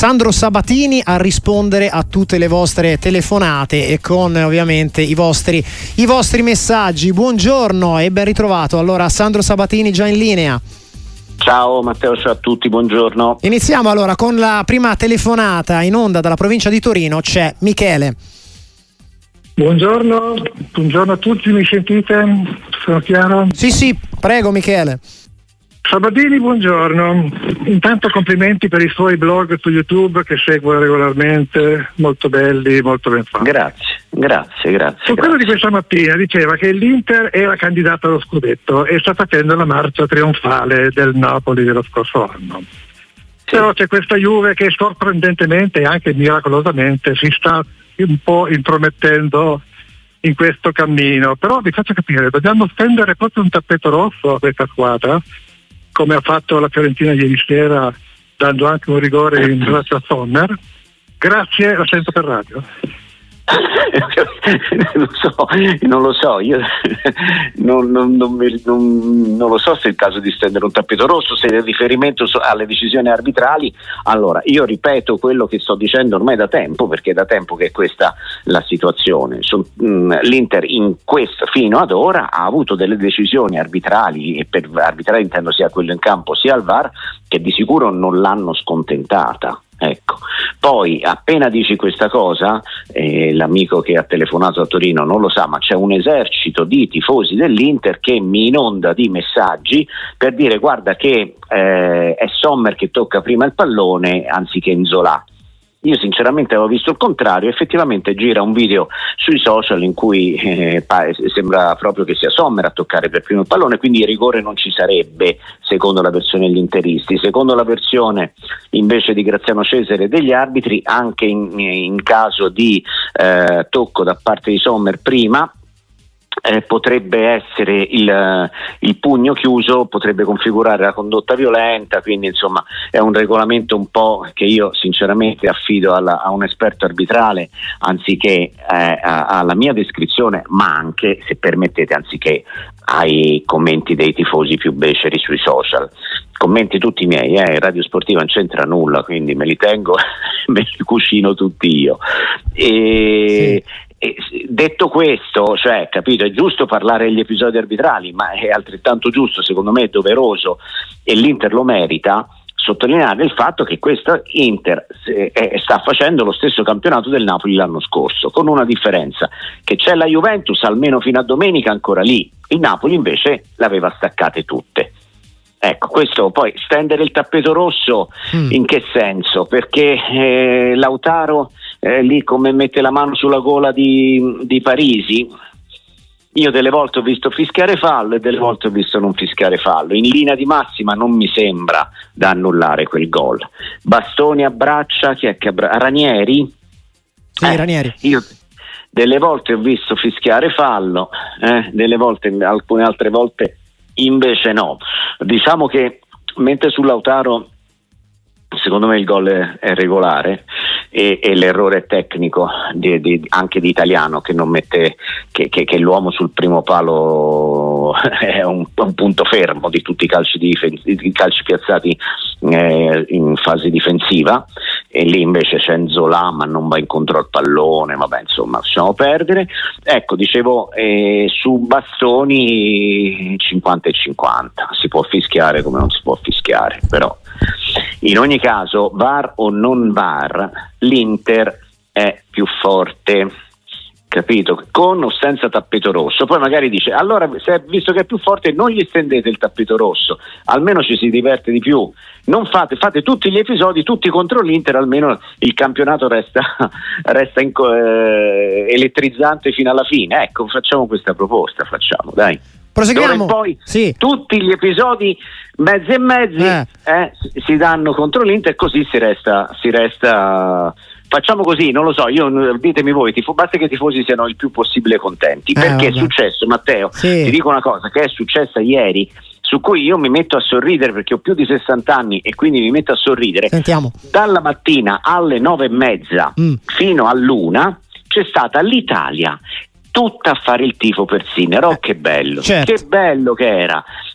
Sandro Sabatini a rispondere a tutte le vostre telefonate e con ovviamente i vostri messaggi. Buongiorno e ben ritrovato. Allora, Sandro Sabatini già in linea. Ciao Matteo, ciao a tutti, buongiorno. Iniziamo allora con la prima telefonata in onda dalla provincia di Torino. C'è Michele. Buongiorno a tutti, mi sentite? Sono chiaro? Sì, prego Michele. Sabatini, buongiorno. Intanto complimenti per i suoi blog su YouTube che seguo regolarmente, molto belli, molto ben fatti. Grazie. Su quello di questa mattina diceva che l'Inter era candidata allo scudetto e sta facendo la marcia trionfale del Napoli dello scorso anno. Sì. Però c'è questa Juve che sorprendentemente e anche miracolosamente si sta un po' intromettendo in questo cammino. Però vi faccio capire, dobbiamo stendere proprio un tappeto rosso a questa squadra, come ha fatto la Fiorentina ieri sera, dando anche un rigore in braccio a Sommer. Grazie, la sento per radio. non lo so, io non lo so se è il caso di stendere un tappeto rosso, se è riferimento alle decisioni arbitrali. Allora, io ripeto quello che sto dicendo ormai da tempo, perché è da tempo che è questa la situazione. L'Inter in questo fino ad ora ha avuto delle decisioni arbitrali, e per arbitrare intendo sia quello in campo sia al VAR, che di sicuro non l'hanno scontentata. Ecco, poi appena dici questa cosa, l'amico che ha telefonato a Torino non lo sa, ma c'è un esercito di tifosi dell'Inter che mi inonda di messaggi per dire guarda che è Sommer che tocca prima il pallone anziché Nzola. Io sinceramente avevo visto il contrario, effettivamente gira un video sui social in cui sembra proprio che sia Sommer a toccare per primo il pallone, quindi il rigore non ci sarebbe, secondo la versione degli interisti. Secondo la versione invece di Graziano Cesare e degli arbitri, anche in caso di tocco da parte di Sommer prima, potrebbe essere il pugno chiuso, potrebbe configurare la condotta violenta, quindi insomma è un regolamento un po' che io sinceramente affido a un esperto arbitrale anziché alla mia descrizione, ma anche, se permettete, anziché ai commenti dei tifosi più beceri sui social. Commenti tutti miei, Radio Sportiva non c'entra nulla, quindi me li tengo, me li cucino tutti io. Sì. Detto questo, cioè, capito, è giusto parlare degli episodi arbitrali, ma è altrettanto giusto, secondo me è doveroso, e l'Inter lo merita, sottolineare il fatto che questa Inter sta facendo lo stesso campionato del Napoli l'anno scorso, con una differenza, che c'è la Juventus almeno fino a domenica ancora lì, il Napoli invece le aveva staccate tutte. Ecco, questo poi stendere il tappeto rosso in che senso? Perché Lautaro lì come mette la mano sulla gola di Parisi, io delle volte ho visto fischiare fallo e delle volte ho visto non fischiare fallo. In linea di massima non mi sembra da annullare quel gol. Bastoni abbraccia, chi è che Ranieri? Ranieri. Io delle volte ho visto fischiare fallo, delle volte, alcune altre volte invece no. Diciamo che mentre su Lautaro secondo me il gol è regolare e l'errore è tecnico anche di Italiano, che non mette che l'uomo sul primo palo è un punto fermo di tutti i calci piazzati in fase difensiva, e lì invece c'è Nzola ma non va incontro al pallone, vabbè insomma lasciamo perdere. Ecco, dicevo, su Bastoni 50 e 50, si può fischiare come non si può fischiare, però in ogni caso, VAR o non VAR, l'Inter è più forte, capito? Con o senza tappeto rosso. Poi magari dice, allora visto che è più forte non gli stendete il tappeto rosso, almeno ci si diverte di più. Non fate tutti gli episodi tutti contro l'Inter, almeno il campionato resta elettrizzante fino alla fine. Ecco, facciamo questa proposta, dai. Proseguiamo. Poi sì. Tutti gli episodi mezzi e mezzi si danno contro l'Inter, così si resta. Facciamo così, non lo so, ditemi voi, basta che i tifosi siano il più possibile contenti, perché è successo, Matteo, ti dico una cosa che è successa ieri, su cui io mi metto a sorridere perché ho più di 60 anni e quindi mi metto a sorridere. Sentiamo. Dalla mattina alle 9:30 fino all'1 c'è stata l'Italia tutta a fare il tifo per Sinner. Che bello, certo. Che bello che era.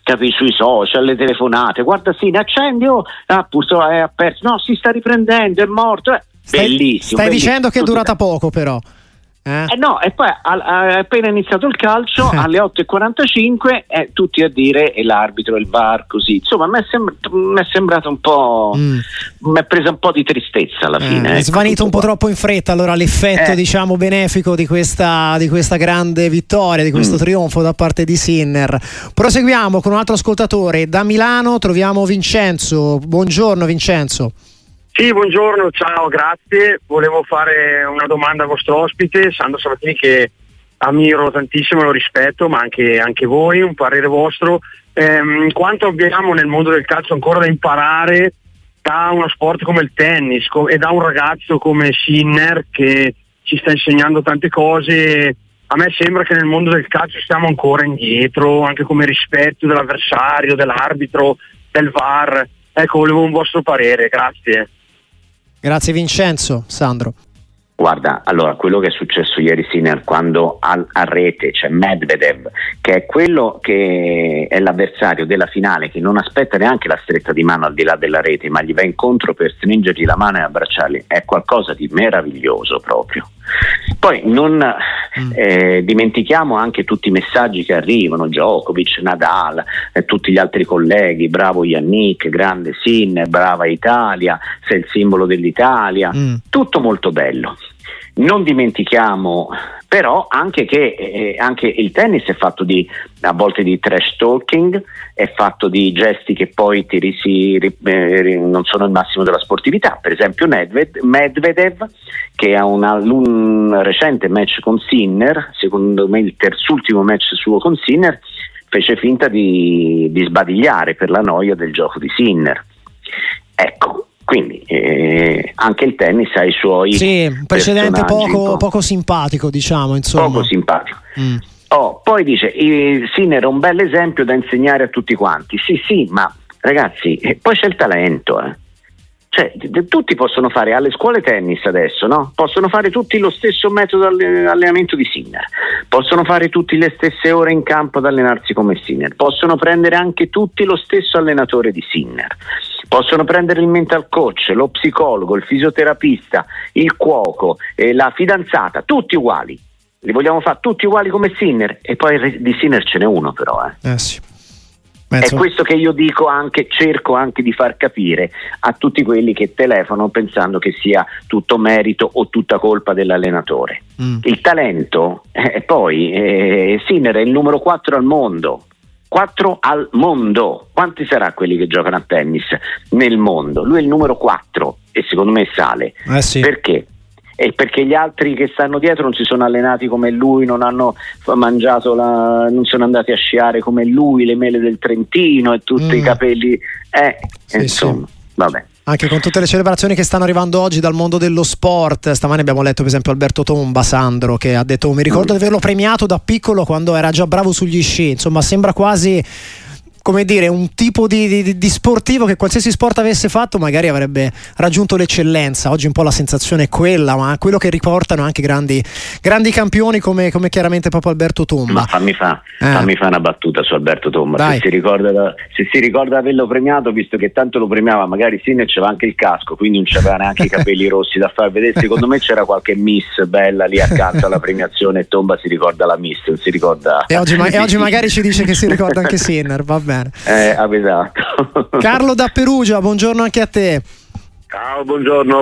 capisci, sui social, le telefonate, guarda Sinner, accendi, purtroppo è perso, no, si sta riprendendo, è morto, bellissimo. Stai dicendo che è durata poco però. No, e poi appena iniziato il calcio alle 8:45 tutti a dire e l'arbitro e il VAR, così, insomma mi è sembrato un po', mi è presa un po' di tristezza alla fine. È svanito un po' troppo in fretta allora l'effetto diciamo benefico di questa grande vittoria, di questo trionfo da parte di Sinner. Proseguiamo con un altro ascoltatore da Milano, troviamo Vincenzo. Buongiorno Vincenzo. Sì, buongiorno, ciao, grazie. Volevo fare una domanda al vostro ospite, Sandro Sabatini, che ammiro tantissimo, lo rispetto, ma anche voi, un parere vostro. Quanto abbiamo nel mondo del calcio ancora da imparare da uno sport come il tennis e da un ragazzo come Sinner che ci sta insegnando tante cose? A me sembra che nel mondo del calcio stiamo ancora indietro, anche come rispetto dell'avversario, dell'arbitro, del VAR. Ecco, volevo un vostro parere, grazie. Grazie Vincenzo. Sandro. Guarda, allora quello che è successo ieri Sinner quando a rete c'è Medvedev, che è quello che è l'avversario della finale, che non aspetta neanche la stretta di mano al di là della rete, ma gli va incontro per stringergli la mano e abbracciarli, è qualcosa di meraviglioso proprio. Poi non dimentichiamo anche tutti i messaggi che arrivano, Djokovic, Nadal, tutti gli altri colleghi, bravo Yannick, grande Sinner, brava Italia, sei il simbolo dell'Italia, tutto molto bello. Non dimentichiamo però anche che anche il tennis è fatto a volte di trash talking, è fatto di gesti che poi non sono il massimo della sportività. Per esempio Medvedev, che ha un recente match con Sinner, secondo me il terzultimo match suo con Sinner, fece finta di sbadigliare per la noia del gioco di Sinner. Ecco, quindi anche il tennis ha i suoi precedente poco simpatico, diciamo, insomma. Poco simpatico. Poi dice Sinner è un bel esempio da insegnare a tutti quanti. Sì, ma ragazzi, poi c'è il talento, Cioè, tutti possono fare alle scuole tennis adesso, no? Possono fare tutti lo stesso metodo di allenamento di Sinner, possono fare tutti le stesse ore in campo ad allenarsi come Sinner, possono prendere anche tutti lo stesso allenatore di Sinner, possono prendere il mental coach, lo psicologo, il fisioterapista, il cuoco, la fidanzata, tutti uguali. Li vogliamo fare tutti uguali come Sinner, e poi di Sinner ce n'è uno però. Sì. È questo che io dico, cerco anche di far capire a tutti quelli che telefonano pensando che sia tutto merito o tutta colpa dell'allenatore. Il talento, poi Sinner è il numero 4 al mondo. 4 al mondo. Quanti sarà quelli che giocano a tennis nel mondo? Lui è il numero 4 e secondo me sale. Sì. Perché? E perché gli altri che stanno dietro non si sono allenati come lui, non hanno mangiato non sono andati a sciare come lui, le mele del Trentino e tutti i capelli, insomma, vabbè. Anche con tutte le celebrazioni che stanno arrivando oggi dal mondo dello sport. Stamane abbiamo letto per esempio Alberto Tomba, Sandro, che ha detto: mi ricordo di averlo premiato da piccolo quando era già bravo sugli sci. Insomma, sembra quasi, come dire, un tipo di sportivo che qualsiasi sport avesse fatto magari avrebbe raggiunto l'eccellenza. Oggi un po' la sensazione è quella, ma quello che riportano anche grandi campioni come chiaramente proprio Alberto Tomba. Ma fammi fa una battuta su Alberto Tomba. Se si ricorda averlo premiato, visto che tanto lo premiava, magari Sinner c'aveva anche il casco, quindi non c'aveva neanche i capelli rossi da far vedere. Secondo me c'era qualche miss bella lì accanto alla premiazione e Tomba si ricorda la miss, non si ricorda. E oggi magari ci dice che si ricorda anche Sinner, va bene. Esatto. Carlo da Perugia, buongiorno anche a te. Ciao, buongiorno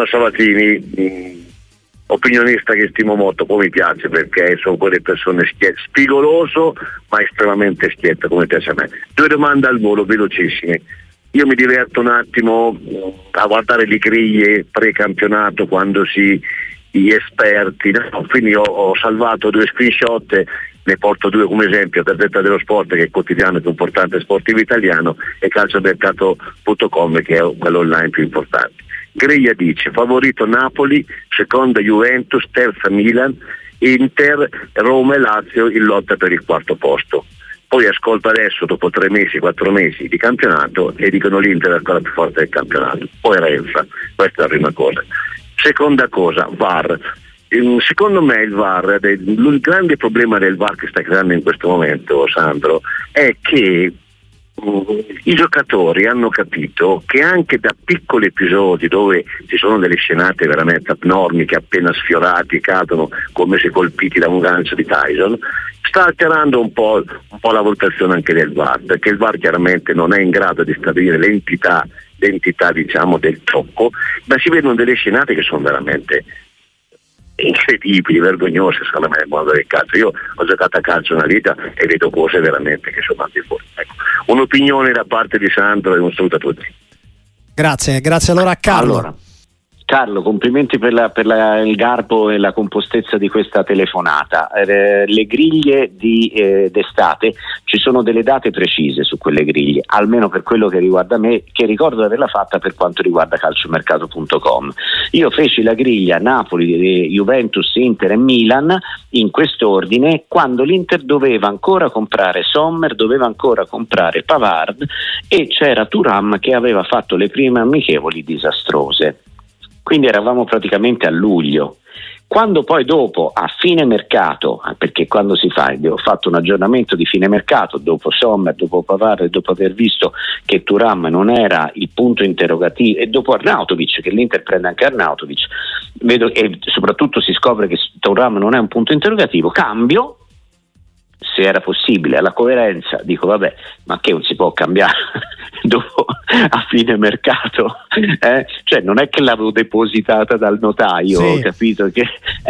Sabatini. Opinionista che stimo molto, poi mi piace perché sono quelle persone spigoloso ma estremamente schiette, come piace a me. 2 domande al volo velocissime. Io mi diverto un attimo a guardare le griglie pre-campionato quando gli esperti, no? Quindi ho salvato 2 screenshot, ne porto 2 come esempio: Gazzetta dello Sport, che è il quotidiano più importante sportivo italiano, e calciomercato.com, che è quello online più importante. Griglia dice: favorito Napoli, seconda Juventus, terza Milan, Inter, Roma e Lazio in lotta per il 4º posto. Poi ascolto adesso, dopo 3 mesi, 4 mesi di campionato, e dicono l'Inter è ancora più forte del campionato. Poi Renza, questa è la prima cosa. Seconda cosa, VAR. Secondo me il grande problema del VAR che sta creando in questo momento, Sandro, è che i giocatori hanno capito che anche da piccoli episodi dove ci sono delle scenate veramente abnormi che appena sfiorati cadono come se colpiti da un gancio di Tyson, sta alterando un po' la valutazione anche del VAR, perché il VAR chiaramente non è in grado di stabilire l'entità diciamo del tocco, ma si vedono delle scenate che sono veramente incredibili, vergognose secondo me nel mondo del calcio. Io ho giocato a calcio una vita e vedo cose veramente che sono andate fuori. Ecco, un'opinione da parte di Sandro e un saluto a tutti. Grazie allora a Carlo. Carlo, complimenti per il garbo e la compostezza di questa telefonata. Le griglie d'estate, ci sono delle date precise su quelle griglie, almeno per quello che riguarda me, che ricordo di averla fatta per quanto riguarda calciomercato.com. Io feci la griglia Napoli, Juventus, Inter e Milan in quest'ordine, quando l'Inter doveva ancora comprare Sommer, doveva ancora comprare Pavard e c'era Thuram che aveva fatto le prime amichevoli disastrose. Quindi eravamo praticamente a luglio. Quando poi dopo, a fine mercato, perché quando si fa, ho fatto un aggiornamento di fine mercato, dopo Sommer, dopo Pavard e dopo aver visto che Thuram non era il punto interrogativo, e dopo Arnautovic, che l'Inter prende anche Arnautovic, vedo, e soprattutto si scopre che Thuram non è un punto interrogativo, cambio, se era possibile, alla coerenza, dico vabbè, ma che non si può cambiare dopo a fine mercato, cioè non è che l'avevo depositata dal notaio, sì. Ho capito che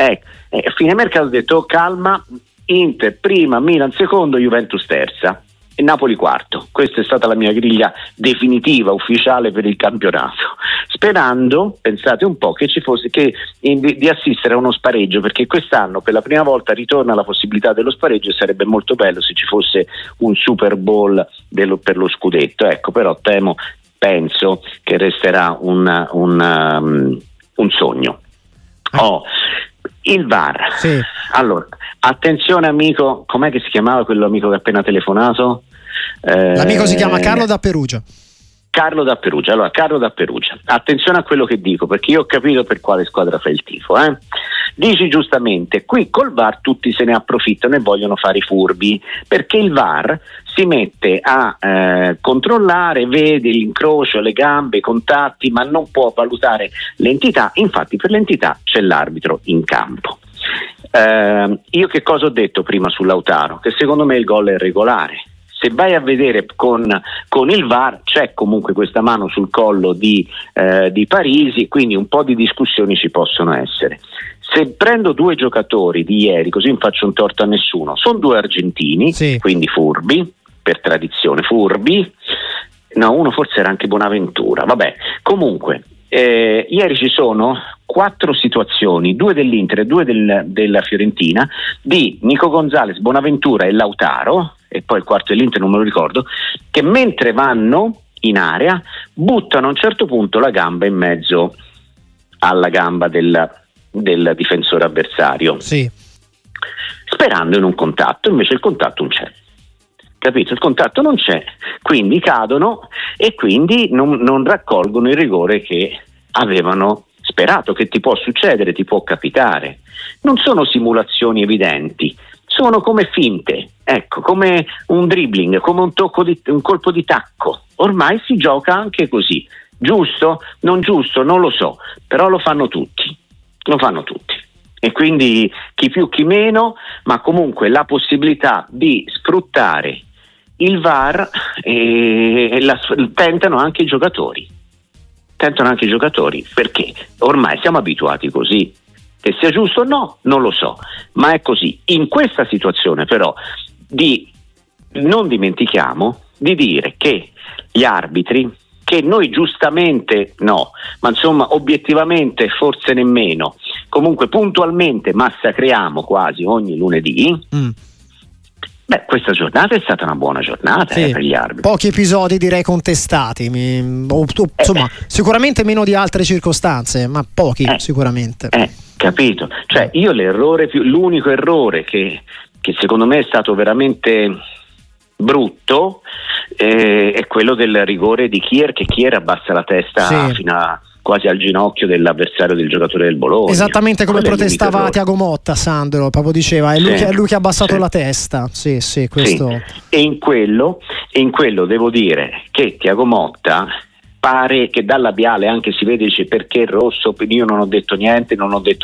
a fine mercato ho detto calma, Inter prima, Milan secondo, Juventus terza e Napoli quarto. Questa è stata la mia griglia definitiva, ufficiale per il campionato, sperando, pensate un po', che ci fosse di assistere a uno spareggio, perché quest'anno per la prima volta ritorna la possibilità dello spareggio e sarebbe molto bello se ci fosse un Super Bowl per lo scudetto. Ecco, però penso che resterà un sogno. Il VAR. Sì. Allora, attenzione amico, com'è che si chiamava quello amico che ha appena telefonato? L'amico si chiama Carlo da Perugia. Allora, Carlo da Perugia, attenzione a quello che dico, perché io ho capito per quale squadra fa il tifo. Dici giustamente, qui col VAR tutti se ne approfittano e vogliono fare i furbi, perché il VAR si mette a controllare, vede l'incrocio, le gambe, i contatti, ma non può valutare l'entità. Infatti per l'entità c'è l'arbitro in campo. Io che cosa ho detto prima su Lautaro? Che secondo me il gol è regolare. Se vai a vedere con il VAR c'è comunque questa mano sul collo di Parisi, quindi un po' di discussioni ci possono essere. Se prendo due giocatori di ieri, così non faccio un torto a nessuno, sono due argentini, sì. Quindi furbi, per tradizione furbi, no, uno forse era anche Bonaventura, vabbè, comunque ieri ci sono 4 situazioni, 2 dell'Inter e 2 della Fiorentina, di Nico Gonzalez, Bonaventura e Lautaro, e poi il quarto dell'Inter non me lo ricordo, che mentre vanno in area buttano a un certo punto la gamba in mezzo alla gamba del difensore avversario, sì. Sperando in un contatto, invece il contatto non c'è. Capito? Il contatto non c'è, quindi cadono e quindi non raccolgono il rigore che avevano sperato, che ti può succedere, ti può capitare. Non sono simulazioni evidenti, sono come finte, ecco, come un dribbling, come un colpo di tacco. Ormai si gioca anche così. Giusto? Non giusto? Non lo so, però lo fanno tutti. E quindi chi più chi meno, ma comunque la possibilità di sfruttare il VAR tentano anche i giocatori, perché ormai siamo abituati così. Che sia giusto o no, non lo so, ma è così. In questa situazione però non dimentichiamo di dire che gli arbitri, che noi giustamente no, ma insomma obiettivamente forse nemmeno, comunque puntualmente massacriamo quasi ogni lunedì. Questa giornata è stata una buona giornata, sì, per gli arbitri. Pochi episodi direi contestati, insomma sicuramente meno di altre circostanze, ma pochi sicuramente. Capito? Cioè io l'unico errore che secondo me è stato veramente brutto è quello del rigore di Kier, che Kier abbassa la testa, sì, quasi al ginocchio dell'avversario del giocatore del Bologna. Esattamente come protestava Thiago Motta, Sandro, proprio diceva, è lui che ha abbassato la testa. Sì, questo. Sì. E in quello devo dire che Thiago Motta pare che dal labiale anche si vede, dice perché il rosso, io non ho detto niente,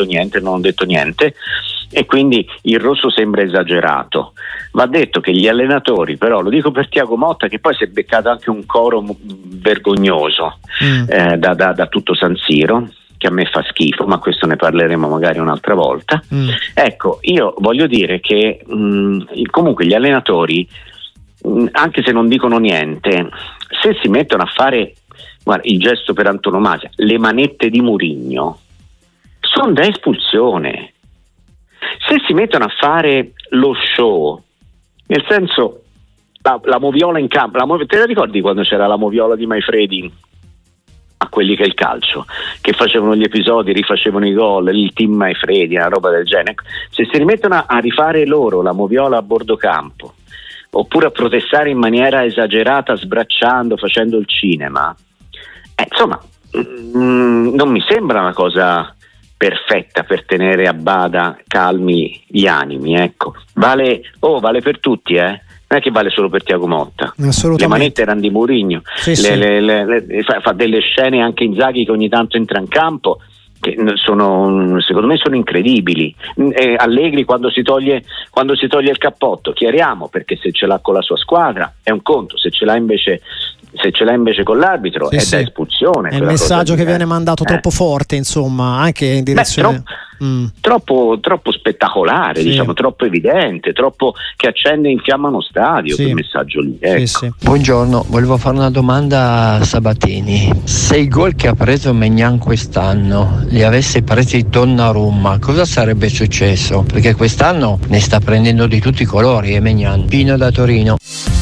e quindi il rosso sembra esagerato. Va detto che gli allenatori, però lo dico per Thiago Motta, che poi si è beccato anche un coro vergognoso da tutto San Siro, che a me fa schifo, ma questo ne parleremo magari un'altra volta. Ecco, io voglio dire che comunque gli allenatori, anche se non dicono niente, se si mettono a fare, guarda, il gesto per antonomasia, le manette di Mourinho, sono da espulsione. Se si mettono a fare lo show, nel senso la moviola in campo, te la ricordi quando c'era la moviola di Maifredi a quelli che è il calcio, che facevano gli episodi, rifacevano i gol, il team Maifredi, una roba del genere? Se si rimettono a rifare loro la moviola a bordo campo, oppure a protestare in maniera esagerata, sbracciando, facendo il cinema, insomma, non mi sembra una cosa perfetta per tenere a bada calmi gli animi, ecco. Vale per tutti, non è che vale solo per Thiago Motta. Le manette erano di Mourinho, fa delle scene anche Inzaghi che ogni tanto entra in campo, che secondo me sono incredibili. Allegri quando si toglie il cappotto, chiariamo, perché se ce l'ha con la sua squadra è un conto, se ce l'ha invece con l'arbitro da espulsione. È il messaggio che viene mandato troppo forte, insomma, anche in direzione troppo spettacolare, diciamo, troppo evidente, troppo che accende e infiamma uno stadio, quel messaggio lì, ecco. Buongiorno, volevo fare una domanda a Sabatini. Se i gol che ha preso Maignan quest'anno li avesse presi Donnarumma, cosa sarebbe successo? Perché quest'anno ne sta prendendo di tutti i colori, Maignan. Pino da Torino.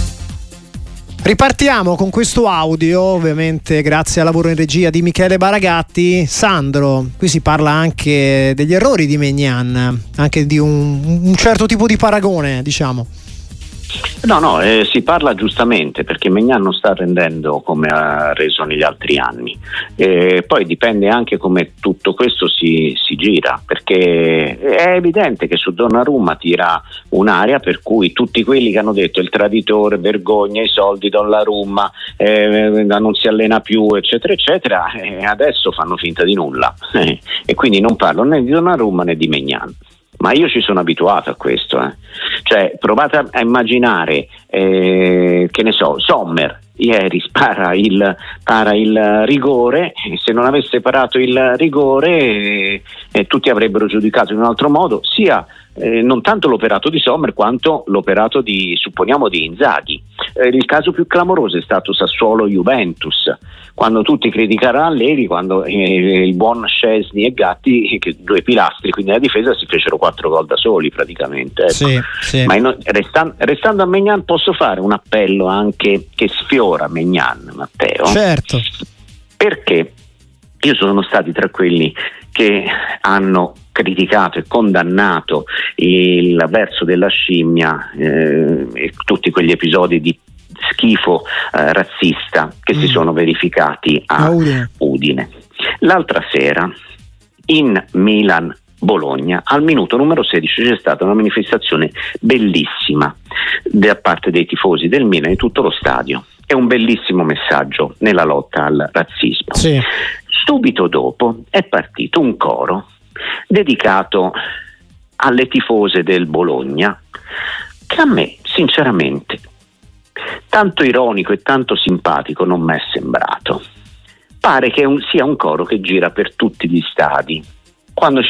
Ripartiamo con questo audio, ovviamente grazie al lavoro in regia di Michele Baragatti. Sandro, qui si parla anche degli errori di Maignan, anche di un certo tipo di paragone, diciamo. No, si parla giustamente, perché Maignan non sta rendendo come ha reso negli altri anni. Poi dipende anche come tutto questo si gira, perché è evidente che su Donnarumma tira un'area per cui tutti quelli che hanno detto il traditore, vergogna, i soldi, Donnarumma, non si allena più, eccetera eccetera, adesso fanno finta di nulla e quindi non parlo né di Donnarumma né di Maignan. Ma io ci sono abituato a questo, Cioè, provate a immaginare, che ne so, Sommer ieri para il rigore, e se non avesse parato il rigore tutti avrebbero giudicato in un altro modo, sia non tanto l'operato di Sommer quanto l'operato di Inzaghi. Il caso più clamoroso è stato Sassuolo-Juventus, quando tutti criticarono Allegri, quando il buon Szczesny e Gatti, che due pilastri, quindi la difesa, si fecero 4 gol da soli praticamente, ecco. Sì. Ma restando a Maignan, posso fare un appello anche che sfiora Maignan, Matteo? Certo. Perché io sono stati tra quelli che hanno criticato e condannato il verso della scimmia e tutti quegli episodi di schifo razzista che si sono verificati a Udine. L'altra sera in Milan-Bologna, al minuto numero 16, c'è stata una manifestazione bellissima da parte dei tifosi del Milan, di tutto lo stadio. È un bellissimo messaggio nella lotta al razzismo. Sì. Subito dopo è partito un coro dedicato alle tifose del Bologna, che a me sinceramente tanto ironico e tanto simpatico non mi è sembrato. Pare che sia un coro che gira per tutti gli stadi quando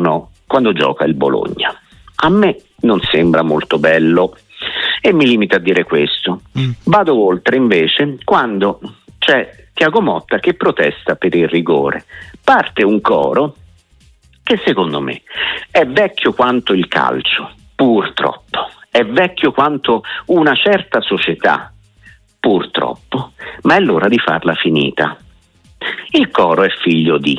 gioca il Bologna. A me non sembra molto bello e mi limito a dire questo. Vado oltre invece quando c'è Thiago Motta che protesta per il rigore. Parte un coro che secondo me è vecchio quanto il calcio, purtroppo, è vecchio quanto una certa società, purtroppo, ma è l'ora di farla finita. Il coro è figlio di,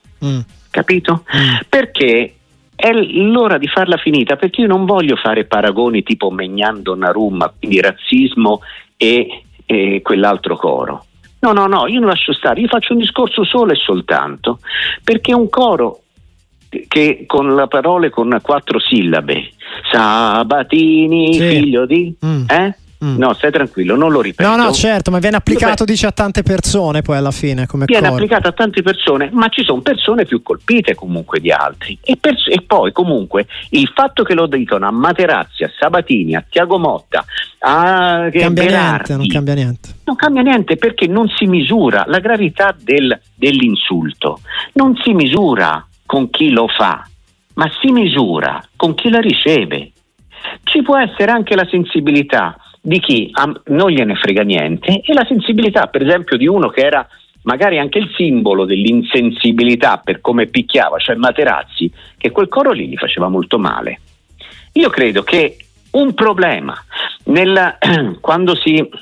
capito? Perché è l'ora di farla finita, perché io non voglio fare paragoni tipo Maignan Donnarumma, quindi razzismo e quell'altro coro. No, io non lascio stare, io faccio un discorso solo e soltanto perché un coro che con le parole con 4 sillabe, Sabatini, sì, figlio di no, stai tranquillo, non lo ripeto. No, certo, ma viene applicato, dice, a tante persone poi alla fine come viene applicato a tante persone, ma ci sono persone più colpite comunque di altri e poi comunque il fatto che lo dicono a Materazzi, a Sabatini, a Tiago Motta, a Berardi, non cambia niente. Non cambia niente, perché non si misura la gravità dell'insulto, non si misura con chi lo fa, ma si misura con chi la riceve. Ci può essere anche la sensibilità di chi non gliene frega niente e la sensibilità, per esempio, di uno che era magari anche il simbolo dell'insensibilità per come picchiava, cioè Materazzi, che quel coro lì gli faceva molto male. Io credo che un problema quando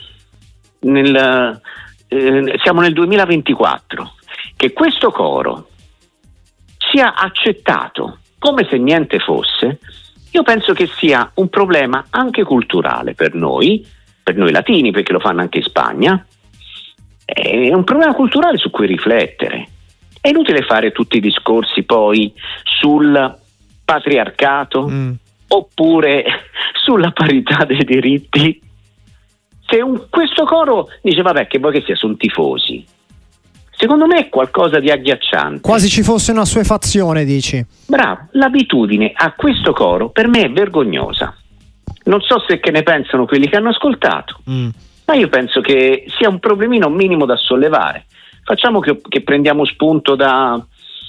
siamo nel 2024, che questo coro sia accettato come se niente fosse, io penso che sia un problema anche culturale per noi latini, perché lo fanno anche in Spagna. È un problema culturale su cui riflettere. È inutile fare tutti i discorsi poi sul patriarcato oppure sulla parità dei diritti. Se questo coro dice vabbè, che vuoi che sia, sono tifosi. Secondo me è qualcosa di agghiacciante. Quasi ci fosse una assuefazione, dici? Bravo, l'abitudine a questo coro per me è vergognosa. Non so se che ne pensano quelli che hanno ascoltato, ma io penso che sia un problemino minimo da sollevare. Facciamo che prendiamo spunto da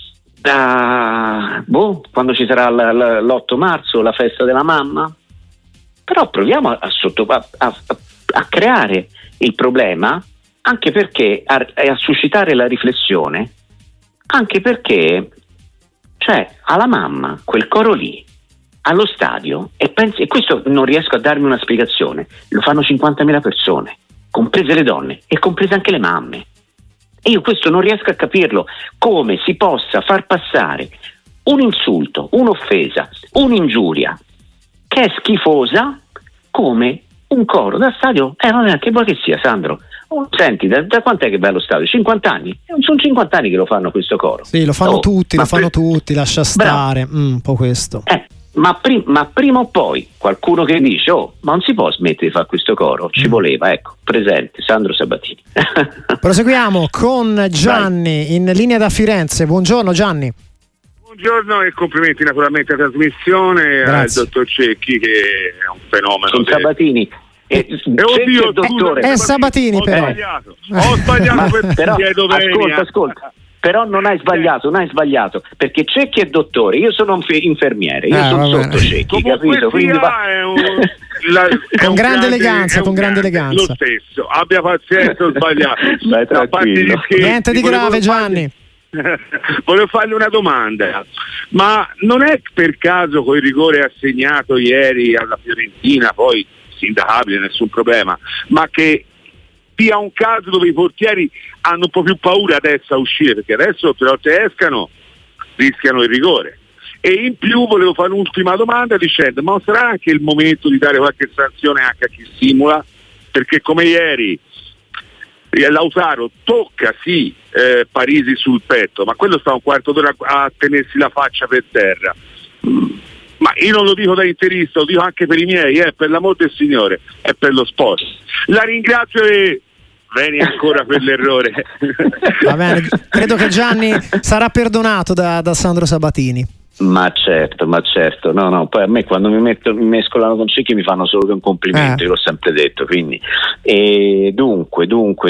quando ci sarà l'8 marzo, la festa della mamma, però proviamo a creare il problema, anche perché a suscitare la riflessione, anche perché cioè alla mamma quel coro lì allo stadio, e questo non riesco a darmi una spiegazione, lo fanno 50.000 persone, comprese le donne e comprese anche le mamme, e io questo non riesco a capirlo, come si possa far passare un insulto, un'offesa, un'ingiuria che è schifosa come un coro da stadio. Vabbè, che vuoi che sia, Sandro? Senti, da quant'è che vai allo stadio? 50 anni? Sono 50 anni che lo fanno questo coro. Sì, lo fanno tutti, lascia stare. Un po' questo. Ma prima o poi qualcuno che dice ma non si può smettere di fare questo coro, ci voleva, ecco, presente Sandro Sabatini. Proseguiamo con Gianni in linea da Firenze. Buongiorno Gianni. Buongiorno e complimenti naturalmente alla trasmissione. Grazie. Al dottor Cecchi, che è un fenomeno. Con Sabatini. Oddio, dottore. È Sabatini, però. Ho sbagliato però, Venia. Ascolta. Però non hai sbagliato, perché Cecchi è dottore, io sono infermiere, io sono sotto Cecchi, capito? Quindi con grande eleganza. Lo stesso, abbia pazienza, ho sbagliato. Stai tranquillo. Niente di grave, Gianni. Volevo farle una domanda, ma non è per caso quel rigore assegnato ieri alla Fiorentina, poi sindacabile, nessun problema, ma che sia un caso dove i portieri hanno un po' più paura adesso a uscire, perché adesso tre volte escano rischiano il rigore? E in più volevo fare un'ultima domanda dicendo, ma sarà anche il momento di dare qualche sanzione anche a chi simula? Perché come ieri Lautaro tocca Parisi sul petto, ma quello sta un quarto d'ora a tenersi la faccia per terra. Ma io non lo dico da interista, lo dico anche per i miei, per l'amor del Signore, è per lo sport. La ringrazio e Veni ancora per l'errore. Va bene, credo che Gianni sarà perdonato da Sandro Sabatini. Ma certo, no, poi a me quando mi mescolano con Cecchi mi fanno solo che un complimento, io l'ho sempre detto, quindi dunque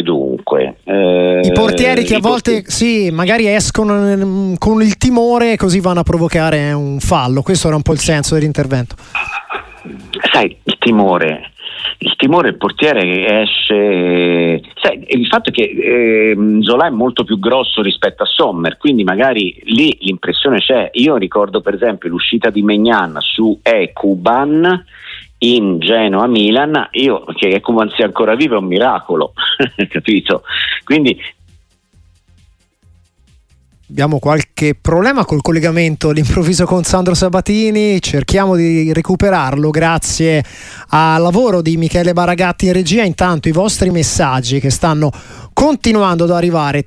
i portieri che a volte magari escono con il timore e così vanno a provocare un fallo, questo era un po' il senso dell'intervento. Sai, il timore, il portiere esce, sai, il fatto è che Zola è molto più grosso rispetto a Sommer, quindi magari lì l'impressione c'è. Io ricordo per esempio l'uscita di Maignan su Ekuban in Genoa-Milan, che Ekuban sia ancora vivo è un miracolo capito? Quindi abbiamo qualche problema col collegamento all'improvviso con Sandro Sabatini, cerchiamo di recuperarlo grazie al lavoro di Michele Baragatti in regia. Intanto i vostri messaggi che stanno continuando ad arrivare,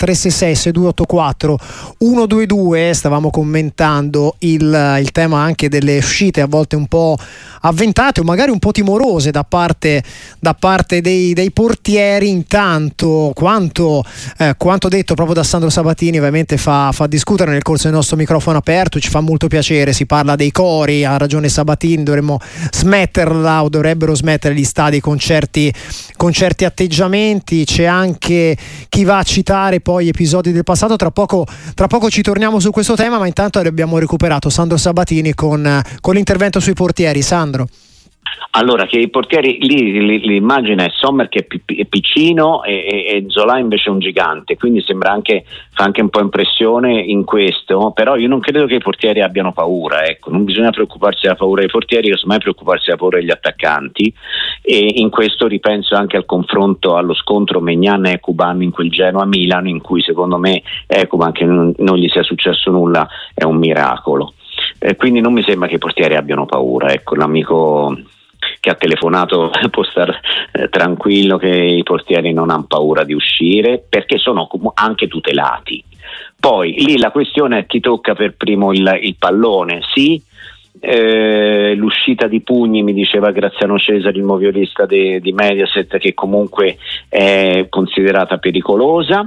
366-6284-122, stavamo commentando il tema anche delle uscite a volte un po' avventate o magari un po' timorose da parte dei portieri. Intanto quanto detto proprio da Sandro Sabatini ovviamente fa discutere nel corso del nostro microfono aperto, ci fa molto piacere, si parla dei cori, ha ragione Sabatini, dovrebbero smettere gli stadi con certi atteggiamenti. C'è anche chi va a citare poi episodi del passato, tra poco ci torniamo su questo tema, ma intanto abbiamo recuperato Sandro Sabatini con l'intervento sui portieri. Sandro. Allora, che i portieri lì l'immagine è Sommer che è piccino e Zola invece è un gigante, quindi fa anche un po' impressione in questo, però io non credo che i portieri abbiano paura, ecco, non bisogna preoccuparsi della paura dei portieri, casomai preoccuparsi della paura degli attaccanti, e in questo ripenso anche al confronto, allo scontro Maignan-Ekuban in quel Genoa-Milano, in cui secondo me Ekuban, che non gli sia successo nulla, è un miracolo. Quindi non mi sembra che i portieri abbiano paura, ecco, l'amico che ha telefonato può stare tranquillo che i portieri non hanno paura di uscire, perché sono anche tutelati. Poi lì la questione è chi tocca per primo il pallone. Sì, l'uscita di Pugni, mi diceva Graziano Cesari, il moviolista di Mediaset, che comunque è considerata pericolosa.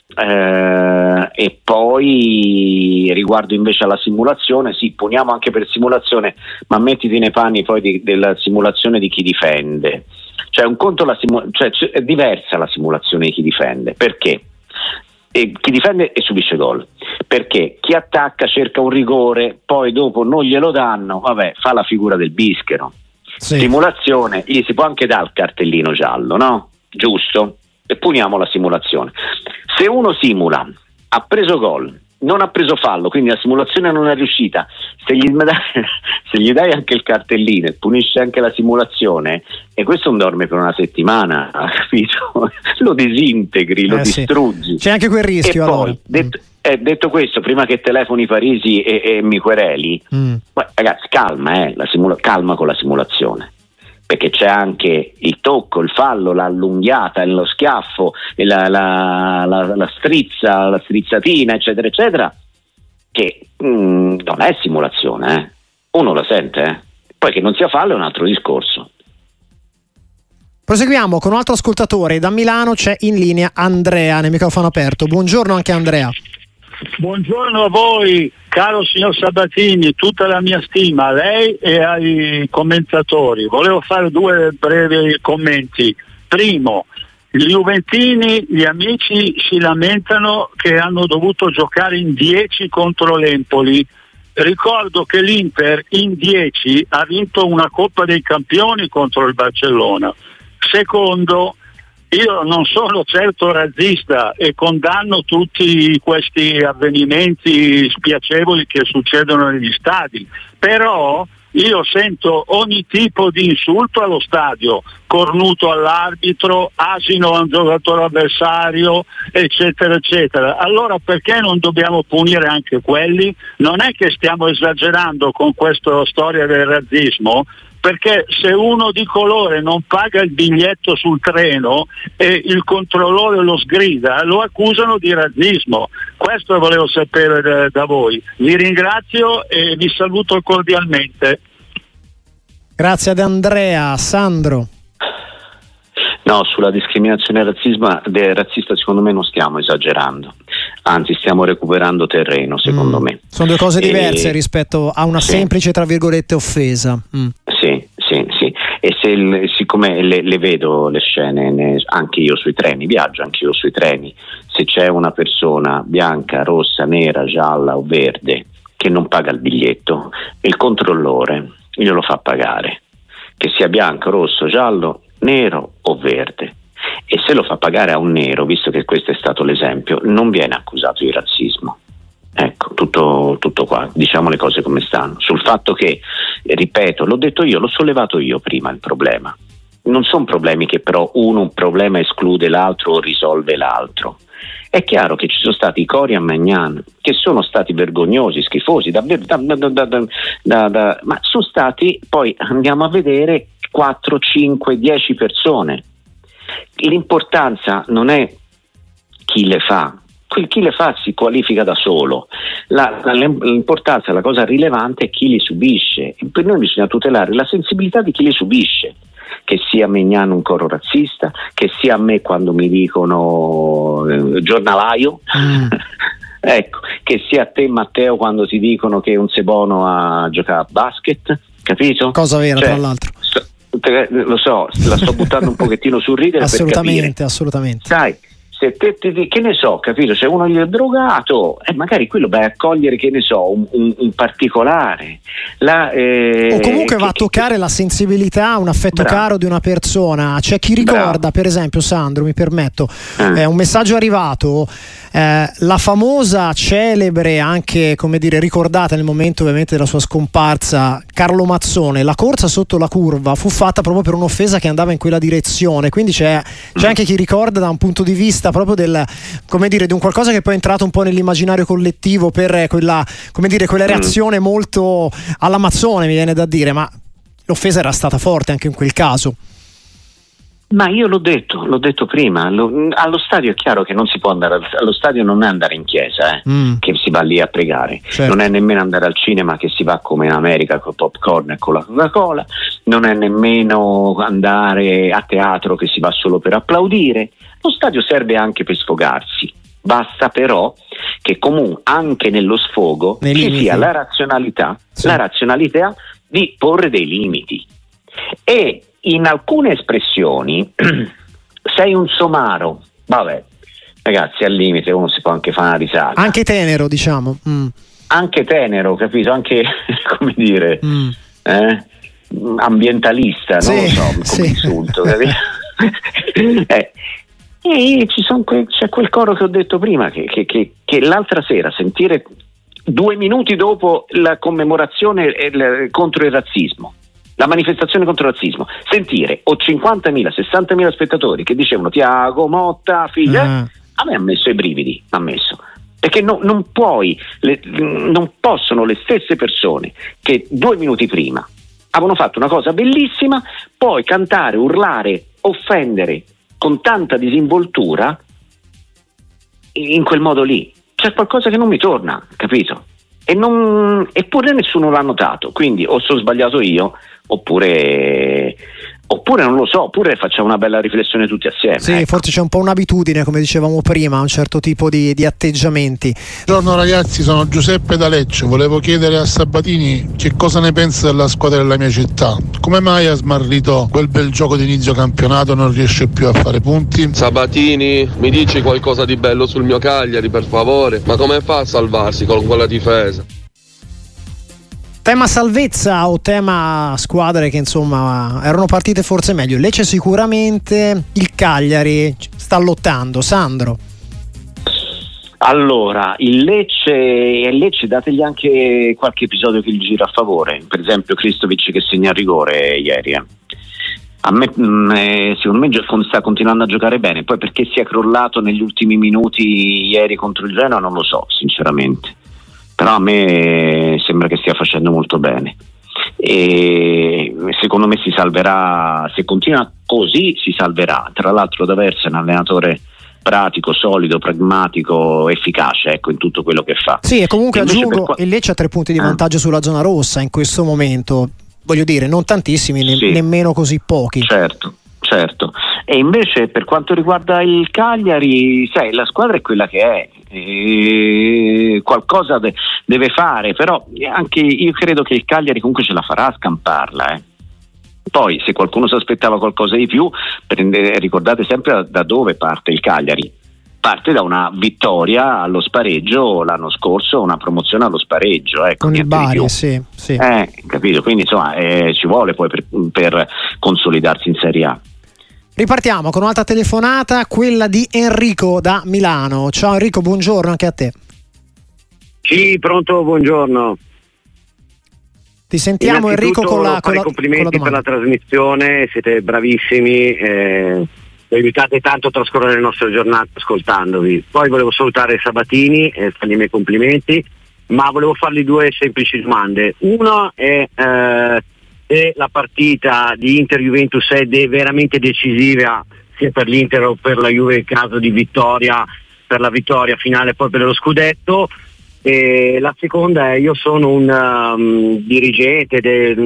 E poi riguardo invece alla simulazione, sì, puniamo anche per simulazione, ma mettiti nei panni poi della simulazione di chi difende. Cioè un conto è diversa la simulazione di chi difende, perché chi difende e subisce gol, perché chi attacca cerca un rigore, poi dopo non glielo danno, vabbè, fa la figura del bischero. Sì. Simulazione, gli si può anche dare il cartellino giallo, no? Giusto? E puniamo la simulazione. Se uno simula, ha preso gol, non ha preso fallo, quindi la simulazione non è riuscita, se gli dai anche il cartellino e punisci anche la simulazione, e questo non dorme per una settimana, capito? Lo disintegri, lo distruggi. C'è anche quel rischio. E allora. Poi, detto questo, prima che telefoni Parisi e mi quereli, ragazzi, calma, calma con la simulazione, perché c'è anche il tocco, il fallo, l'allunghiata, lo schiaffo, la strizza, la strizzatina, eccetera, eccetera, che non è simulazione, uno la sente, poi che non sia fallo è un altro discorso. Proseguiamo con un altro ascoltatore da Milano, c'è in linea Andrea nel microfono aperto. Buongiorno anche Andrea. Buongiorno a voi, caro signor Sabatini, tutta la mia stima a lei e ai commentatori. Volevo fare due brevi commenti. Primo, gli juventini, gli amici si lamentano che hanno dovuto giocare in 10 contro l'Empoli. Ricordo che l'Inter in 10 ha vinto una Coppa dei Campioni contro il Barcellona. Secondo, io non sono certo razzista e condanno tutti questi avvenimenti spiacevoli che succedono negli stadi, però io sento ogni tipo di insulto allo stadio, cornuto all'arbitro, asino a un giocatore avversario, eccetera eccetera. Allora perché non dobbiamo punire anche quelli? Non è che stiamo esagerando con questa storia del razzismo, perché se uno di colore non paga il biglietto sul treno e il controllore lo sgrida, lo accusano di razzismo. Questo volevo sapere da voi. Vi ringrazio e vi saluto cordialmente. Grazie ad Andrea. Sandro. No, sulla discriminazione razzista secondo me non stiamo esagerando, anzi stiamo recuperando terreno, secondo me. Sono due cose diverse rispetto a una semplice, tra virgolette, offesa. Sì. E siccome le vedo le scene, anche io sui treni, viaggio anche io sui treni, se c'è una persona bianca, rossa, nera, gialla o verde che non paga il biglietto, il controllore glielo fa pagare, che sia bianco, rosso, giallo, nero o verde, e se lo fa pagare a un nero, visto che questo è stato l'esempio, non viene accusato di razzismo. Ecco, tutto qua, diciamo le cose come stanno. Sul fatto che, ripeto, l'ho detto io, l'ho sollevato io prima il problema. Non sono problemi che però un problema esclude l'altro o risolve l'altro. È chiaro che ci sono stati i cori a Magnan che sono stati vergognosi, schifosi, davvero, ma sono stati, poi andiamo a vedere, 4, 5, 10 persone. L'importanza non è chi le fa, chi le fa si qualifica da solo. L'importanza, la cosa rilevante è chi li subisce. Per noi bisogna tutelare la sensibilità di chi li subisce, che sia Megnan un coro razzista, che sia a me quando mi dicono giornalaio, ecco, che sia a te Matteo quando ti dicono che un Sebono a giocare a basket, capito? Cosa vera, tra l'altro. Lo so, la sto buttando un pochettino sul ridere. Assolutamente, assolutamente. Sai, se te che ne so, capito? Se uno gli è drogato, magari quello vai a cogliere, che ne so, un particolare. O comunque va a toccare la sensibilità, un affetto caro di una persona. C'è chi ricorda, per esempio, Sandro, mi permetto, un messaggio arrivato, la famosa, celebre, anche come dire ricordata nel momento ovviamente della sua scomparsa, Carlo Mazzone. La corsa sotto la curva fu fatta proprio per un'offesa che andava in quella direzione, quindi c'è anche chi ricorda da un punto di vista proprio del, come dire, di un qualcosa che poi è entrato un po' nell'immaginario collettivo per quella, come dire, quella reazione molto alla Mazzone, mi viene da dire, ma l'offesa era stata forte anche in quel caso. Ma io l'ho detto prima, allo stadio è chiaro che non si può andare allo stadio, non è andare in chiesa, che si va lì a pregare, certo. Non è nemmeno andare al cinema che si va come in America con popcorn e con la Coca-Cola, non è nemmeno andare a teatro che si va solo per applaudire. Lo stadio serve anche per sfogarsi, basta però che comunque anche nello sfogo ci sia la razionalità, la razionalità di porre dei limiti. E in alcune espressioni sei un somaro, vabbè ragazzi, al limite uno si può anche fare una risata, anche tenero, diciamo, anche tenero, capito, anche come dire ambientalista, non lo so come insulto, capito? E c'è quel coro che ho detto prima che l'altra sera sentire 2 minuti dopo la commemorazione contro il razzismo, la manifestazione contro il razzismo, sentire o 50.000, 60.000 spettatori che dicevano Tiago Motta, figlia, a me ha messo i brividi, perché non possono le stesse persone che 2 minuti prima avevano fatto una cosa bellissima poi cantare, urlare, offendere con tanta disinvoltura in quel modo lì. C'è qualcosa che non mi torna, capito? Eppure nessuno l'ha notato, quindi o sono sbagliato io oppure non lo so, oppure facciamo una bella riflessione tutti assieme. Sì, forse c'è un po' un'abitudine, come dicevamo prima, un certo tipo di atteggiamenti. Buongiorno ragazzi, sono Giuseppe da Lecce. Volevo chiedere a Sabatini che cosa ne pensa della squadra della mia città. Come mai ha smarrito quel bel gioco di inizio campionato, non riesce più a fare punti? Sabatini, mi dici qualcosa di bello sul mio Cagliari, per favore? Ma come fa a salvarsi con quella difesa? Tema salvezza o tema squadre che insomma erano partite forse meglio? Lecce sicuramente, il Cagliari sta lottando. Sandro? Allora, il Lecce dategli anche qualche episodio che gli gira a favore, per esempio Kristovic che segna il rigore ieri. A me secondo me sta continuando a giocare bene, poi perché sia crollato negli ultimi minuti ieri contro il Genoa non lo so sinceramente, però a me sembra che stia facendo molto bene e secondo me si salverà, se continua così si salverà. Tra l'altro D'Aversa è un allenatore pratico, solido, pragmatico, efficace, ecco, in tutto quello che fa. Sì, e comunque aggiungo, il Lecce ha 3 punti di vantaggio sulla zona rossa in questo momento, voglio dire, non tantissimi, nemmeno così pochi. Certo. E invece per quanto riguarda il Cagliari, sai, la squadra è quella che è, qualcosa deve fare, però anche io credo che il Cagliari comunque ce la farà a scamparla. Poi se qualcuno si aspettava qualcosa di più, ricordate sempre da dove parte il Cagliari. Parte da una vittoria allo spareggio l'anno scorso, una promozione allo spareggio, con il Bari, sì. Capito? Quindi insomma ci vuole poi per consolidarsi in Serie A. Ripartiamo con un'altra telefonata, quella di Enrico da Milano. Ciao Enrico, buongiorno anche a te. Sì, pronto, buongiorno. Ti sentiamo Enrico con la complimenti con la per la trasmissione, siete bravissimi. mi aiutate tanto a trascorrere le nostre giornate ascoltandovi. Poi volevo salutare Sabatini e fargli i miei complimenti, ma volevo fargli due semplici domande. Uno è se la partita di Inter-Juventus è veramente decisiva sia per l'Inter o per la Juve in caso di vittoria, per la vittoria finale poi per lo scudetto. E la seconda è: io sono un dirigente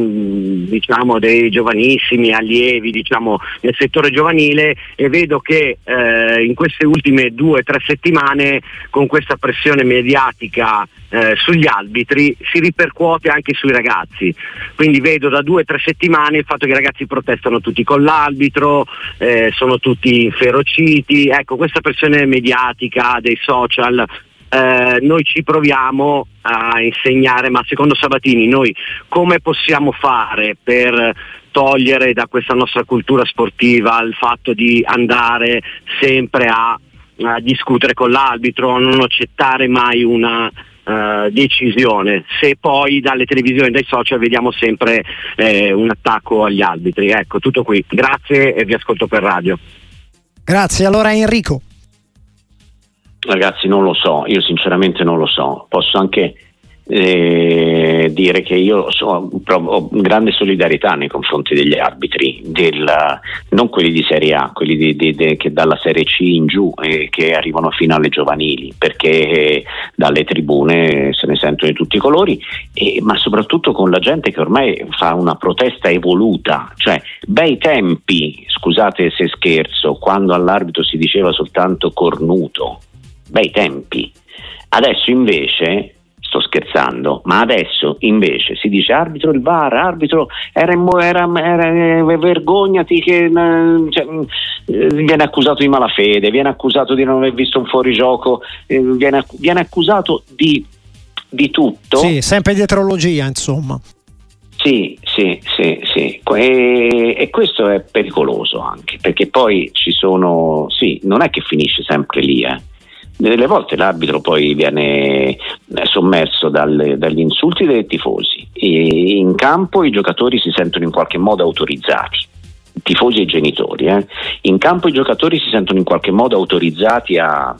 dei giovanissimi allievi, nel settore giovanile, e vedo che in queste ultime 2 o 3 settimane, con questa pressione mediatica sugli arbitri, si ripercuote anche sui ragazzi. Quindi vedo da 2 o 3 settimane il fatto che i ragazzi protestano tutti con l'arbitro, sono tutti inferociti. Ecco, questa pressione mediatica dei social, noi ci proviamo a insegnare, ma secondo Sabatini noi come possiamo fare per togliere da questa nostra cultura sportiva il fatto di andare sempre a discutere con l'arbitro, non accettare mai una decisione, se poi dalle televisioni e dai social vediamo sempre un attacco agli arbitri? Ecco, tutto qui, grazie e vi ascolto per radio. Grazie. Allora Enrico. Ragazzi, non lo so, io sinceramente non lo so. Posso anche dire che io ho grande solidarietà nei confronti degli arbitri, non quelli di Serie A, quelli che dalla Serie C in giù che arrivano fino alle giovanili, perché dalle tribune se ne sentono di tutti i colori, ma soprattutto con la gente che ormai fa una protesta evoluta. Cioè, bei tempi, scusate se scherzo, quando all'arbitro si diceva soltanto cornuto, bei tempi. Adesso invece, sto scherzando, ma adesso invece si dice arbitro il VAR, arbitro era vergognati che viene accusato di malafede, viene accusato di non aver visto un fuorigioco, viene accusato di tutto. Sì, sempre dietrologia, insomma. Sì. E questo è pericoloso anche, perché poi ci sono, non è che finisce sempre lì, Delle volte l'arbitro poi viene sommerso dagli insulti dei tifosi, e in campo i giocatori si sentono in qualche modo autorizzati, tifosi e genitori, in campo i giocatori si sentono in qualche modo autorizzati a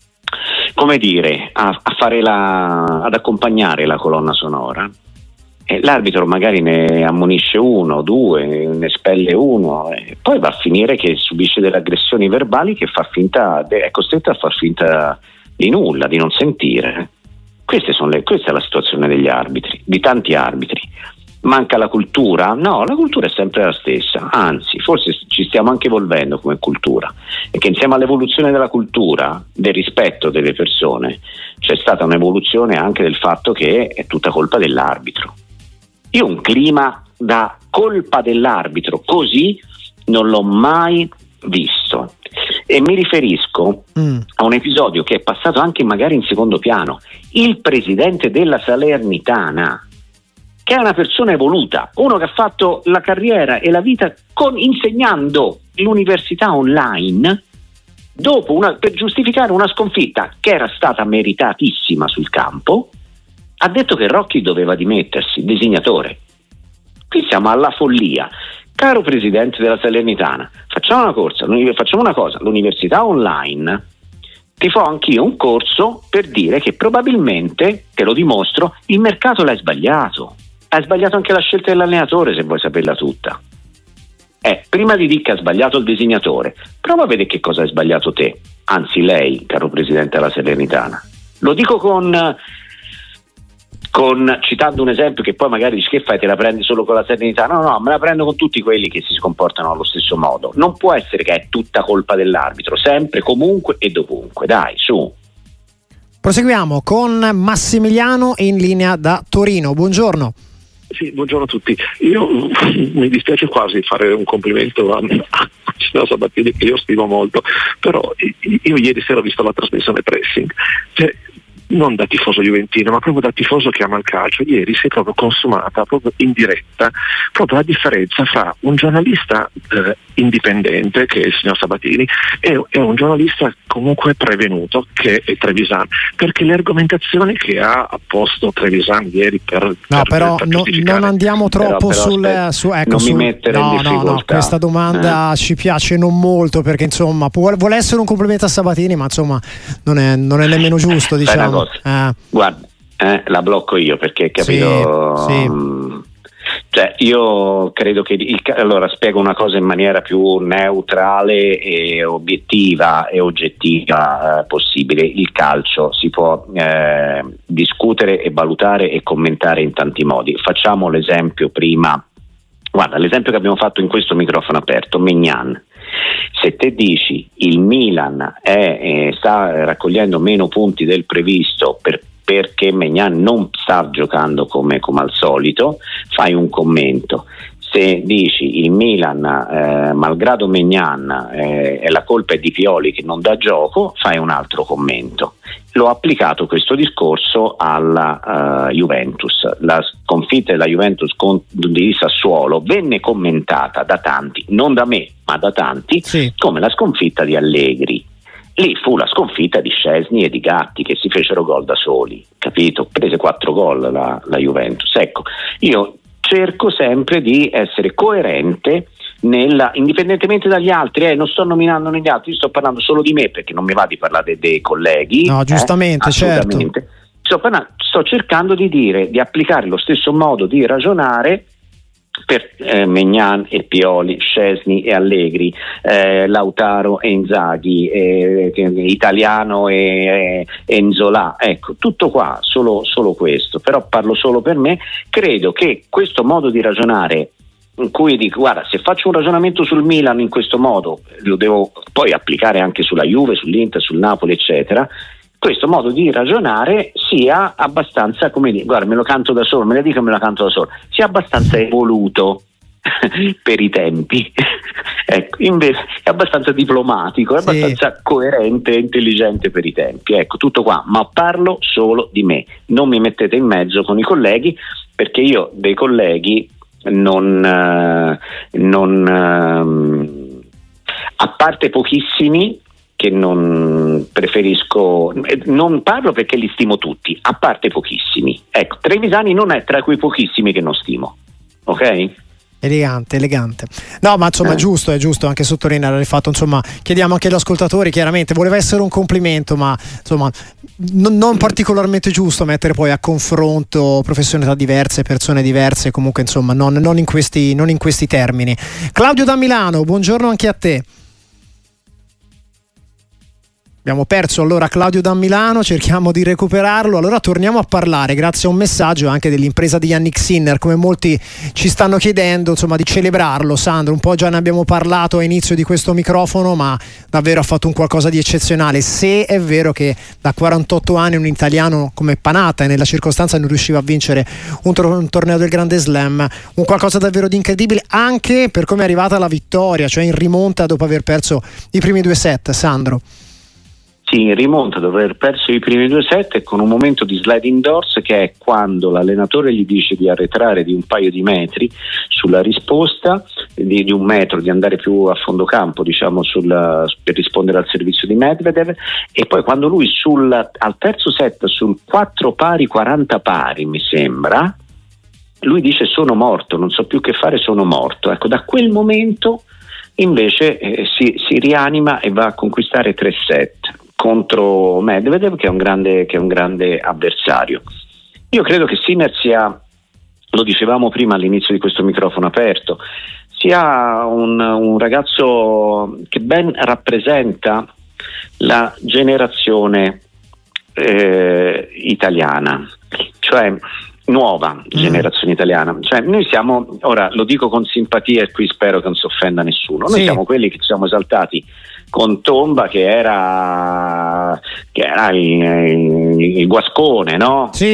fare ad accompagnare la colonna sonora. L'arbitro magari ne ammonisce 1 o 2, ne espelle 1, e poi va a finire che subisce delle aggressioni verbali che è costretto a far finta di nulla, di non sentire. Questa è la situazione degli arbitri, di tanti arbitri. Manca la cultura? No, la cultura è sempre la stessa, anzi forse ci stiamo anche evolvendo come cultura, e che insieme all'evoluzione della cultura, del rispetto delle persone, c'è stata un'evoluzione anche del fatto che è tutta colpa dell'arbitro. Io un clima da colpa dell'arbitro così non l'ho mai visto, e mi riferisco a un episodio che è passato anche magari in secondo piano. Il presidente della Salernitana, che è una persona evoluta, uno che ha fatto la carriera e la vita insegnando l'università online, per giustificare una sconfitta che era stata meritatissima sul campo, ha detto che Rocchi doveva dimettersi, disegnatore. Qui siamo alla follia. Caro presidente della Salernitana, facciamo una cosa, l'università online, ti fa anch'io un corso per dire che probabilmente, te lo dimostro, il mercato l'hai sbagliato. Hai sbagliato anche la scelta dell'allenatore, se vuoi saperla tutta. Prima di dire che ha sbagliato il disegnatore, prova a vedere che cosa hai sbagliato te, anzi lei, caro presidente della Salernitana. Lo dico citando un esempio che poi magari dici: che fai, te la prendi solo con la Salernitana? No, me la prendo con tutti quelli che si comportano allo stesso modo. Non può essere che è tutta colpa dell'arbitro, sempre, comunque e dovunque. Dai, su. Proseguiamo con Massimiliano in linea da Torino. Buongiorno. Sì, buongiorno a tutti. Io mi dispiace quasi fare un complimento a signor Sabatini, che io stimo molto, però io ieri sera ho visto la trasmissione Pressing, non da tifoso juventino, ma proprio da tifoso che ama il calcio. Ieri si è proprio consumata, proprio in diretta, proprio la differenza fra un giornalista indipendente, che è il signor Sabatini, è un giornalista comunque prevenuto, che è Trevisan, perché le argomentazioni che ha posto Trevisan ieri per non andiamo troppo mi mettere in difficoltà. No, questa domanda ci piace non molto, perché insomma vuole essere un complimento a Sabatini, ma insomma non è nemmeno giusto, diciamo. Guarda, la blocco io, perché capito. Sì. Cioè, io credo che allora spiego una cosa in maniera più neutrale e obiettiva e oggettiva possibile. Il calcio si può discutere e valutare e commentare in tanti modi. Facciamo l'esempio prima. Guarda, l'esempio che abbiamo fatto in questo microfono aperto, Maignan. Se te dici il Milan sta raccogliendo meno punti del previsto perché Maignan non sta giocando come al solito, fai un commento. Se dici il Milan, malgrado Maignan, la colpa è di Pioli che non dà gioco, fai un altro commento. L'ho applicato questo discorso alla Juventus. La sconfitta della Juventus di Sassuolo venne commentata da tanti, non da me, ma da tanti, come la sconfitta di Allegri. Lì fu la sconfitta di Szczesny e di Gatti, che si fecero gol da soli, capito? Prese 4 gol la Juventus. Ecco, io cerco sempre di essere coerente indipendentemente dagli altri, non sto nominando negli altri, sto parlando solo di me, perché non mi va di parlare dei colleghi. No, giustamente, certo. Sto cercando di applicare lo stesso modo di ragionare per Maignan e Pioli, Szczesny e Allegri, Lautaro e Inzaghi, Italiano e Nzola. Ecco, tutto qua, solo questo. Però parlo solo per me. Credo che questo modo di ragionare, in cui dico, guarda, se faccio un ragionamento sul Milan in questo modo, lo devo poi applicare anche sulla Juve, sull'Inter, sul Napoli, eccetera. Questo modo di ragionare sia abbastanza, come dire, guarda, me lo canto da solo, me ne dico, me la canto da solo, sia abbastanza per i tempi. Ecco, invece è abbastanza diplomatico, è abbastanza coerente e intelligente per i tempi. Ecco, tutto qua, ma parlo solo di me. Non mi mettete in mezzo con i colleghi, perché io dei colleghi a parte pochissimi che non preferisco, non parlo perché li stimo tutti, a parte pochissimi. Ecco, Trevisani non è tra quei pochissimi che non stimo, ok? Elegante. No, ma insomma è giusto anche sottolineare il fatto, insomma, chiediamo anche agli ascoltatori, chiaramente voleva essere un complimento, ma insomma non particolarmente giusto mettere poi a confronto professionalità diverse, persone diverse, comunque insomma non in questi termini. Claudio da Milano, buongiorno anche a te. Abbiamo perso allora Claudio da Milano, cerchiamo di recuperarlo. Allora torniamo a parlare, grazie a un messaggio anche dell'impresa di Yannick Sinner, come molti ci stanno chiedendo, insomma, di celebrarlo. Sandro, un po' già ne abbiamo parlato a inizio di questo microfono, ma davvero ha fatto un qualcosa di eccezionale. Se è vero che da 48 anni un italiano come Panatta, e nella circostanza non riusciva a vincere un torneo del Grande Slam, un qualcosa davvero di incredibile anche per come è arrivata la vittoria, cioè in rimonta dopo aver perso i primi 2 set, Sandro. Sì, rimonta dopo aver perso i primi 2 set e con un momento di sliding doors, che è quando l'allenatore gli dice di arretrare di un paio di metri sulla risposta, di 1 metro, di andare più a fondo campo, diciamo, per rispondere al servizio di Medvedev, e poi quando lui al terzo set sul 4 pari 40 pari, mi sembra, lui dice sono morto, non so più che fare, sono morto. Ecco, da quel momento invece si rianima e va a conquistare 3 set contro Medvedev, che è un grande avversario. Io credo che Sinner sia, lo dicevamo prima all'inizio di questo microfono aperto, sia un ragazzo che ben rappresenta la generazione italiana, cioè nuova generazione italiana. Cioè noi siamo, ora lo dico con simpatia e qui spero che non si offenda nessuno, noi siamo quelli che ci siamo esaltati con Tomba, che era il guascone, no? Sì.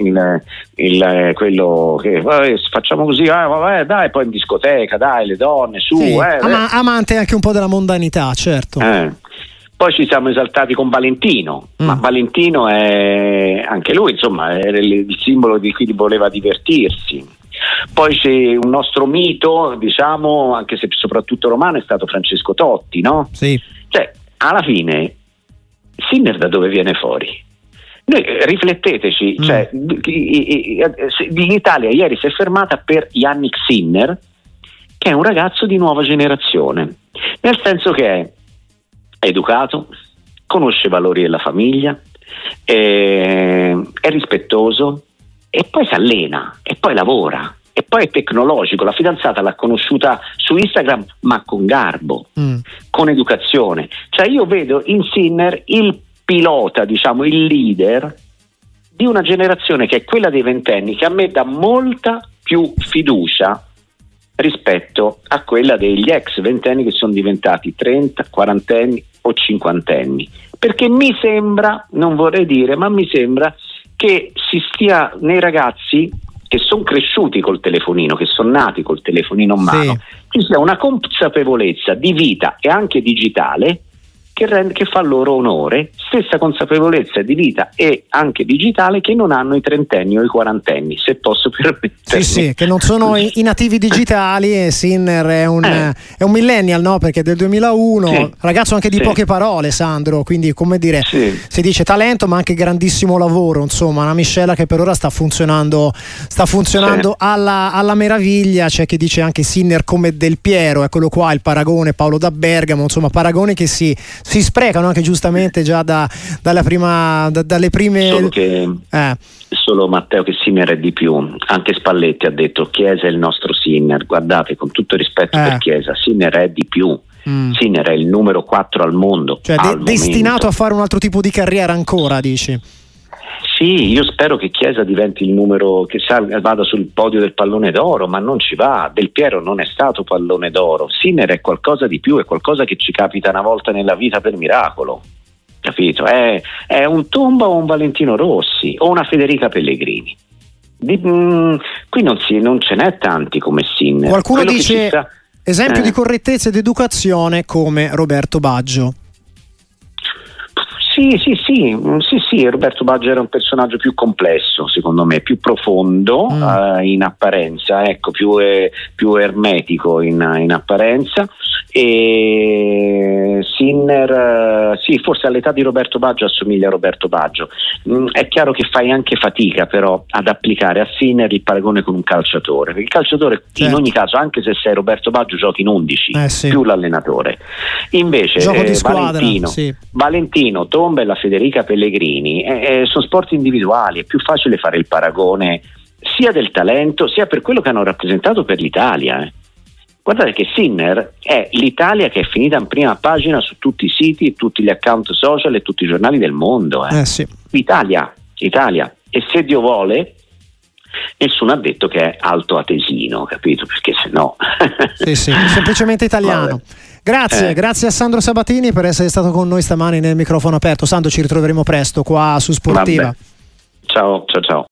Quello che facciamo così, vabbè, dai, poi in discoteca, dai, le donne, su. Sì. Amante anche un po' della mondanità, certo. Poi ci siamo esaltati con Valentino, ma Valentino è anche lui, insomma, era il simbolo di chi voleva divertirsi. Poi c'è un nostro mito, diciamo, anche se soprattutto romano, è stato Francesco Totti, no? Sì. Cioè, alla fine, Sinner da dove viene fuori? Noi rifletteteci, cioè, l'Italia ieri si è fermata per Yannick Sinner, che è un ragazzo di nuova generazione, nel senso che è educato, conosce i valori della famiglia, è rispettoso, e poi si allena, e poi lavora, e poi è tecnologico. La fidanzata l'ha conosciuta su Instagram, ma con garbo, con educazione. Cioè io vedo in Sinner il pilota, diciamo, il leader di una generazione che è quella dei ventenni, che a me dà molta più fiducia rispetto a quella degli ex ventenni che sono diventati 30, 40enni o 50enni, perché mi sembra, non vorrei dire, ma mi sembra che si stia nei ragazzi che sono cresciuti col telefonino, che sono nati col telefonino in mano, ci sia una consapevolezza di vita e anche digitale che fa loro onore, stessa consapevolezza di vita e anche digitale che non hanno i trentenni o i quarantenni, se posso permettermi. Sì, che non sono i nativi digitali, e Sinner è un millennial, no? Perché è del 2001, ragazzo anche di poche parole, Sandro, quindi come dire, si dice talento ma anche grandissimo lavoro, insomma una miscela che per ora sta funzionando alla meraviglia. C'è chi dice anche Sinner come Del Piero, eccolo qua il paragone, Paolo da Bergamo, insomma paragoni che si sprecano anche giustamente già dalle prime. Solo Matteo, che Sinner è di più. Anche Spalletti ha detto Chiesa è il nostro Sinner. Guardate, con tutto rispetto per Chiesa, Sinner è di più. Sinner è il numero 4 al mondo, cioè destinato a fare un altro tipo di carriera ancora, dici? Sì, io spero che Chiesa diventi il numero, che vada sul podio del pallone d'oro, ma non ci va. Del Piero non è stato pallone d'oro. Sinner è qualcosa di più, è qualcosa che ci capita una volta nella vita per miracolo, capito? È un Tomba o un Valentino Rossi o una Federica Pellegrini. Qui non ce n'è tanti come Sinner. Qualcuno dice esempio di correttezza ed educazione come Roberto Baggio. Sì, Roberto Baggio era un personaggio più complesso, secondo me, più profondo in apparenza, ecco, più ermetico in apparenza. E Sinner, forse all'età di Roberto Baggio assomiglia a Roberto Baggio. È chiaro che fai anche fatica però ad applicare a Sinner il paragone con un calciatore, perché il calciatore in ogni caso, anche se sei Roberto Baggio, giochi in 11 più l'allenatore. Invece Valentino, Tomba e la Federica Pellegrini sono sport individuali, è più facile fare il paragone sia del talento sia per quello che hanno rappresentato per l'Italia. Guardate che Sinner è l'Italia che è finita in prima pagina su tutti i siti, tutti gli account social e tutti i giornali del mondo. Italia. E se Dio vuole, nessuno ha detto che è alto atesino, capito? Perché se no semplicemente italiano. Grazie a Sandro Sabatini per essere stato con noi stamani nel microfono aperto. Sandro, ci ritroveremo presto qua su Sportiva. Ciao.